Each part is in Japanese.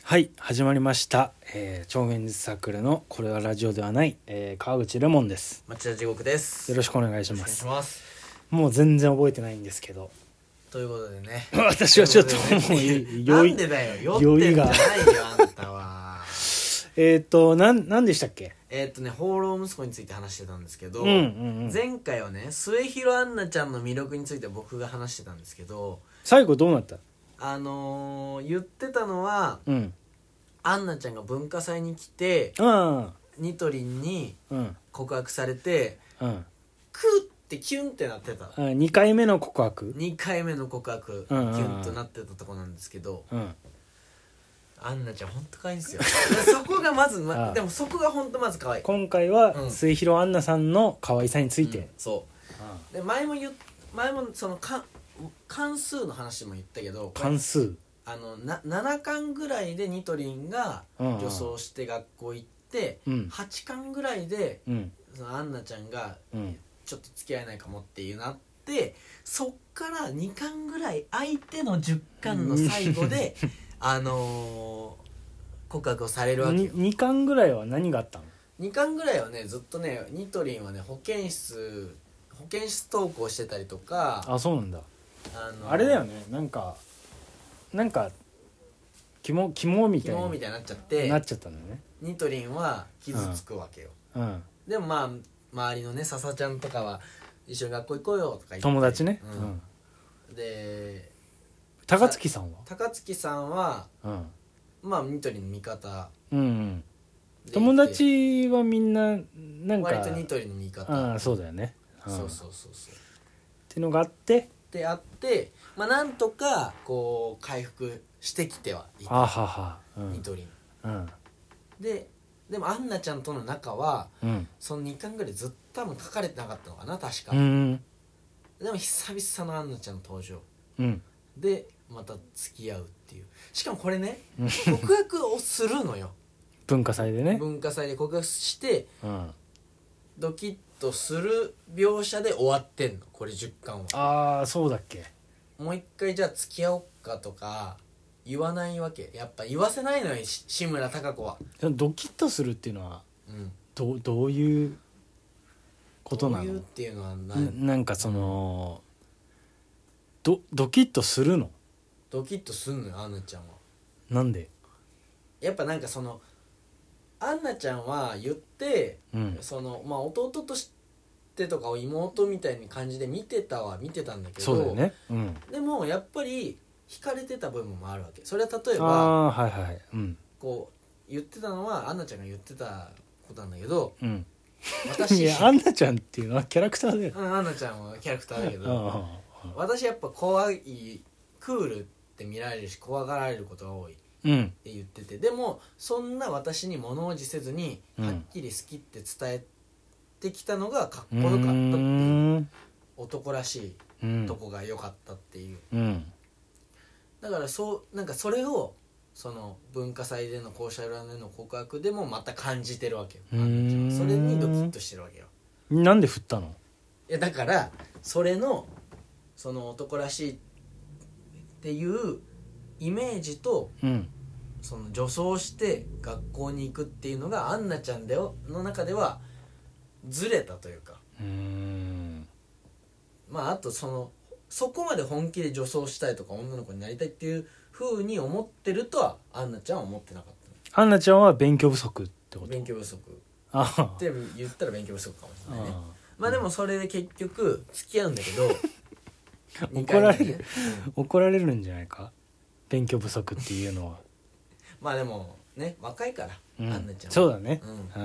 はい、始まりました、超現実サークルのこれはラジオではない、川口レモンです。 町田地獄です。 よろしくお願いしお願いします。 ます。 もう全然覚えてないんですけど、 ということでね私はちょっともうなんでだよ、酔ってんじゃないよあんたは。 なんでしたっけ。 放浪息子について話してたんですけど、 うんうんうん、 前回はね末広杏奈ちゃんの魅力について僕が話してたんですけど、 最後どうなった。 言ってたのは、 うん、 杏奈ちゃんが文化祭に来てあニトリンにうん告白されて、 うん、 クーってキュンってなってた。 2回目の告白、 2回目の告白、 うんうんうん、 キュンとなってたとこなんですけど、 うん、 アンナちゃんほんと可愛いんですよそこがまず、でもそこがほんとまず可愛い。 今回は末広杏奈さんの可愛さについて、 そうで前もその関数の話も言ったけど、 関数 7巻ぐらいでニトリンが女装して学校行って、8巻ぐらいで、そのアンナちゃんがちょっと付き合えないかもっていうなって、そっから2巻ぐらい相手の10巻の最後で告白をされるわけよ。 2巻ぐらいは何があったの。 2巻ぐらいはねずっとねニトリンはね保健室登校してたりとか。 あ、そうなんだ。あれだよね、なんか肝みたいになっちゃってなっちゃったんだよね。 ニトリンは傷つくわけよ、でもまあ周りのね笹ちゃんとかは一緒に学校行こうよとか言って友達ね、 で高槻さんは、まあニトリンの味方、 友達はみんななんか割とニトリンの味方、 そうだよね、 そうっていうのがあってまあなんとかこう回復してきてはいたニトリン、でもアンナちゃんとの仲は、その2巻ぐらいずっと多分書かれてなかったのかな確か、でも久々のアンナちゃんの登場、でまた付き合うっていう。しかもこれね告白をするのよ文化祭でね、 文化祭で告白して、ドキッとする描写で終わってんのこれ10巻は。 ああそうだっけ。 もう一回じゃあ付き合おっかとか言わないわけ。やっぱ言わせないのよ志村貴子は。 ドキッとするっていうのは、どういうことなの。 どういうっていうのはなんかその、ドキッとするの。 ドキッとすんのよアンナちゃんは。 なんで。 やっぱなんかそのアンナちゃんは言って、そのまあ弟としてとかを妹みたいな感じで見てたんだけど、 そうだよね、 でもやっぱり惹かれてた部分もあるわけ。それは例えばこう言ってたのはアンナちゃんが言ってたことなんだけど、 いやアンナちゃんっていうのはキャラクターだよ、 アンナちゃんはキャラクターだけど私やっぱ怖いクールって見られるし怖がられることが多いって言ってて、でもそんな私に物おじせずにはっきり好きって伝えてきたのがかっこよかったっていう、男らしいとこが良かったっていう、だからなんかそれをその文化祭での校舎裏での告白でもまた感じてるわけよ。それにドキッとしてるわけよ。 なんで振ったの。 いやだからそれのその男らしいっていうイメージと、その女装して学校に行くっていうのがアンナちゃんの中ではずれたというか、まああとそこまで本気で女装したいとか女の子になりたいっていう風に思ってるとはアンナちゃんは思ってなかった。 アンナちゃんは勉強不足ってこと。 勉強不足って言ったら勉強不足かもしれないね。まあでもそれで結局付き合うんだけど怒られるんじゃないか、勉強不足っていうのは。 まあでもね若いから、アンナちゃんはそうだね、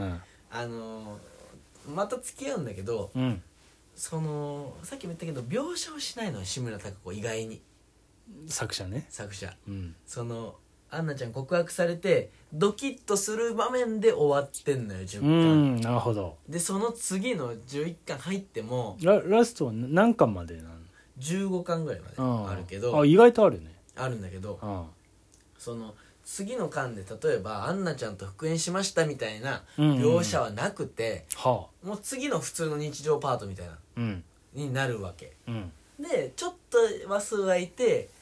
また付き合うんだけど、そのさっきも言ったけど描写をしないのよ志村貴子意外に。 作者、 そのアンナちゃん告白されてドキッとする場面で終わってんのよ10巻。 なるほど。 でその次の11巻入ってもラストは何巻までなの。 15巻ぐらいまであるけど、 意外とあるね。 あるんだけど、その次の巻で例えばアンナちゃんと復縁しましたみたいな描写はなくて、もう次の普通の日常パートみたいな、になるわけ、でちょっと話数空いて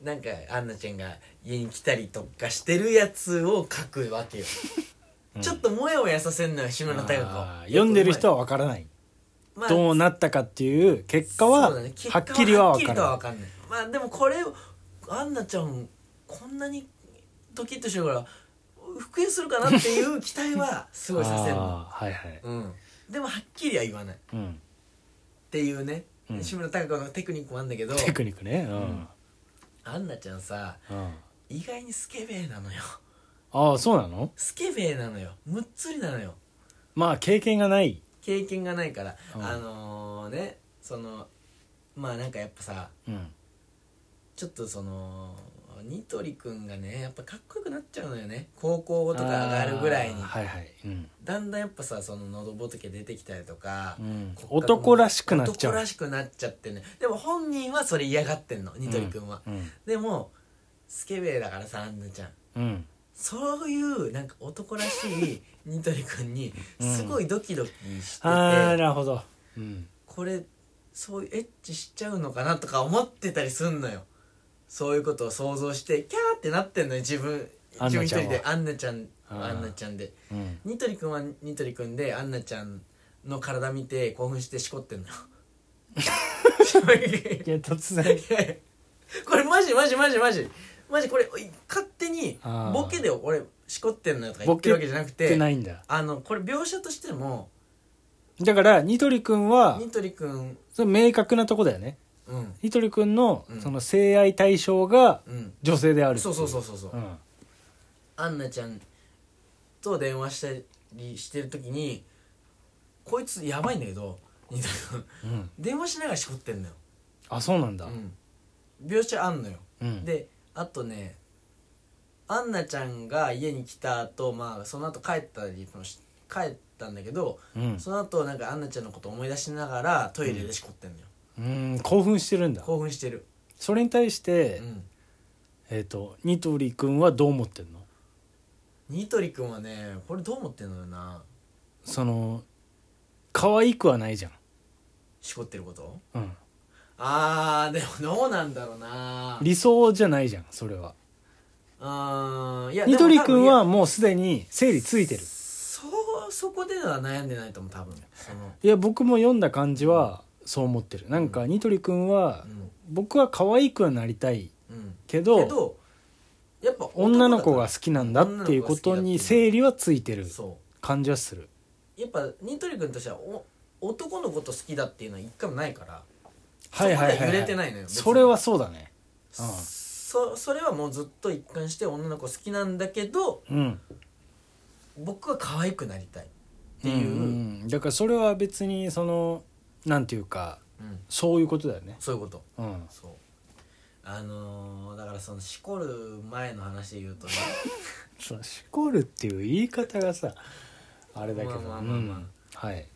なんかアンナちゃんが家に来たりとかしてるやつを書くわけよ、ちょっとモヤモヤさせんのよ志村貴子。 読んでる人は分からない、まあ、どうなったかっていう結果は、ね、はっきりは分からない。 まあでもこれアンナちゃんこんなにドキッとしてるから復縁するかなっていう期待はすごいさせるのはいはい、 でもはっきりは言わない、っていうね、志村貴子のテクニックもあるんだけど、 テクニックね、 アンナちゃんさ、意外にスケベーなのよ。 ああそうなの？ スケベーなのよ、むっつりなのよ。 まあ経験がないから、ね、そのまあなんかやっぱさ、ちょっとそのニトリくんがねやっぱかっこよくなっちゃうのよね、高校とか上がるぐらいに、だんだんやっぱさその喉仏出てきたりとか、 男らしくなっちゃう、 男らしくなっちゃってね。でも本人はそれ嫌がってんのニトリくんは、でもスケベだからさアンナちゃん、そういうなんか男らしいニトリくんにすごいドキドキしてて、 なるほど、 これそういうエッチしちゃうのかなとか思ってたりすんのよ。そういうことを想像してキャーってなってんのよ自分一人で。アンナちゃんで、ニトリくんはニトリくんでアンナちゃんの体見て興奮してしこってんのよいや突然これマジこれ勝手にボケで俺しこってんのよとか言ってるわけじゃなくて、 ないんだ。 これ描写としてもだからニトリくんはそれ明確なとこだよね、ニトリくんのその性愛対象が女性である、 そう、アンナちゃんと電話したりしてる時にこいつやばいんだけどニトリくん、電話しながらしこってんのよ。 あ、そうなんだ、 描写あんのよ、であとねアンナちゃんが家に来た後、まあその後帰ったんだけど、その後なんかアンナちゃんのこと思い出しながらトイレでしこってんのよ、 興奮してるんだ。 興奮してる。 それに対して、ニトリくんはどう思ってんの？ ニトリくんはねこれどう思ってんのよな。 その可愛くはないじゃん、 しこってること、 でもどうなんだろうな。 理想じゃないじゃんそれは。 いやニトリくんはもうすでに生理ついてる。 そこでは悩んでないと思う多分。 いや僕も読んだ感じはそう思ってる。なんかニトリくんは、僕は可愛くはなりたいけど、 やっぱ女の子が好きなんだっていうことに生理はついてる感じはする。 やっぱニトリくんとしては男のこと好きだっていうのは一回もないから、 はいはいはい、 そこで揺れてないのよ。 それはそうだね、 それはもうずっと一貫して女の子好きなんだけど、僕は可愛くなりたいっていう、 だからそれは別にそのなんていうか、そういうことだよね。 そういうこと、そうだからそのしこる前の話で言うとねそうしこるっていう言い方がさあれだけど、はい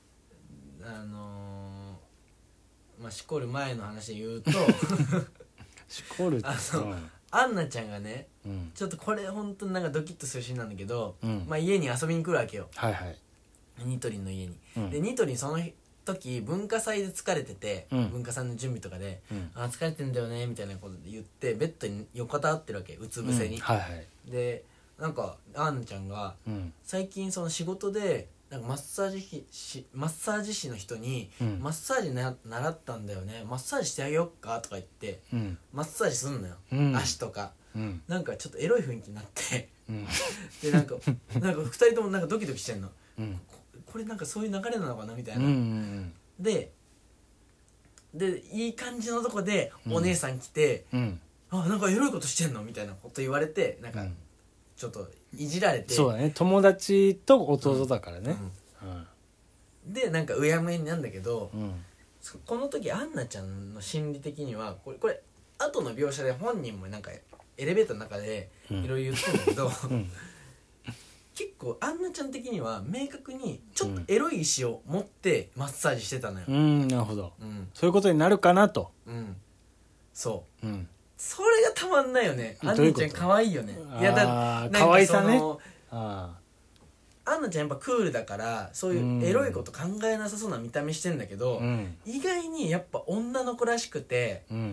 しこる前の話で言うとしこるってアンナちゃんがね、ちょっとこれ本当になんかドキッとするシーンなんだけど、家に遊びに来るわけよ、ニトリンの家に、でニトリンその時文化祭で疲れてて、文化祭の準備とかで、疲れてんだよねみたいなことで言ってベッドに横たわってるわけ、うつ伏せに、でなんかアンナちゃんが、最近その仕事でなんかマッサージ師の人に、マッサージ習ったんだよね、マッサージしてあげよっかとか言って、マッサージすんのよ、足とか、なんかちょっとエロい雰囲気になってでなんか2人ともなんかドキドキしてんの、これなんかそういう流れなのかなみたいな、でいい感じのとこでお姉さん来て、なんかエロいことしてんのみたいなこと言われて、なんかちょっといじられて、 そうだね、友達と弟だからね、 でなんかうやむやになんだけど、この時アンナちゃんの心理的にはこれ後の描写で本人もなんかエレベーターの中でいろいろ言ってるんだけど、結構アンナちゃん的には明確にちょっとエロい意志を持ってマッサージしてたのよ。 なるほど、そういうことになるかなと。 そう、それがたまんないよね。アンナちゃん可愛いよね。 いやだ可愛さね。 アンナちゃんやっぱクールだからそういうエロいこと考えなさそうな見た目してんだけど、意外にやっぱ女の子らしくて、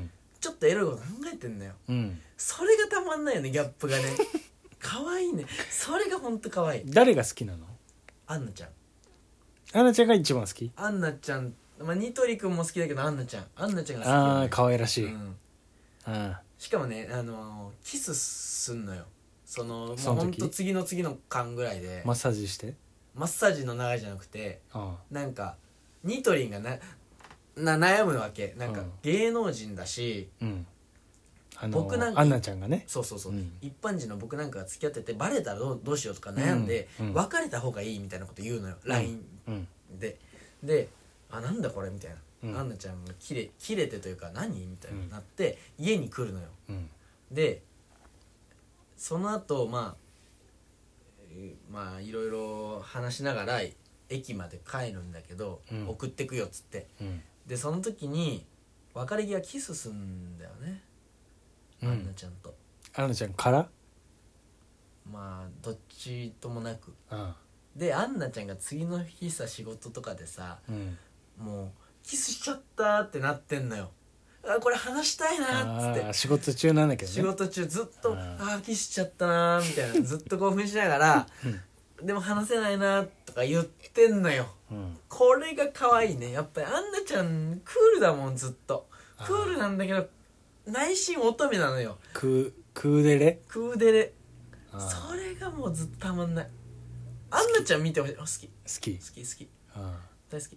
ちょっとエロいこと考えてんだよ、それがたまんないよね、ギャップがね。可愛いね、それがほんと可愛い。 誰が好きなの？ アンナちゃん。 アンナちゃんが一番好き？ アンナちゃん、ニトリくんも好きだけどアンナちゃんが好き、ね、 ああ可愛らしい、 しかもねキスすんのよ、もうほんと次の間ぐらいでマッサージして、 マッサージの流れじゃなくて、なんかニトリンが悩むわけ、なんか芸能人だし、僕なんかアンナちゃんがね、 そう、一般人の僕なんかが付き合っててバレたらどうしようとか悩んで、別れた方がいいみたいなこと言うのよ、LINE でなんだこれみたいな、アンナちゃんがキレてというか何みたいになって、家に来るのよ、でその後まあいろいろ話しながら駅まで帰るんだけど、送ってくよっつって、でその時に別れ際キスすんだよね、アンナちゃんと。 アンナちゃんから？ まあどっちともなく、でアンナちゃんが次の日さ仕事とかでさ、もうキスしちゃったってなってんのよ。これ話したいなっつって、 仕事中なんだけどね、 仕事中ずっとキスしちゃったなみたいなずっと興奮しながらでも話せないなとか言ってんのよ、これが可愛いね。やっぱりアンナちゃんクールだもん、ずっとクールなんだけど内心乙女なのよ。 クーデレそれがもうずっとたまんない。アンナちゃん見てほしい。好き大好き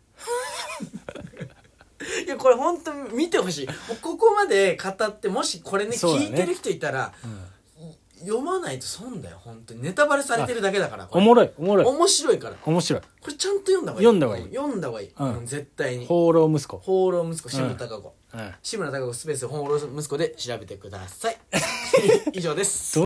いやこれ本当見てほしい。もうここまで語って、もしこれね聞いてる人いたら、読まないと損だよ本当に。ネタバレされてるだけだから。 おもろい面白いから。 面白い。 これちゃんと読んだ方がいい。絶対に。 放浪息子志村貴子、志村貴子スペース放浪息子で調べてください以上です。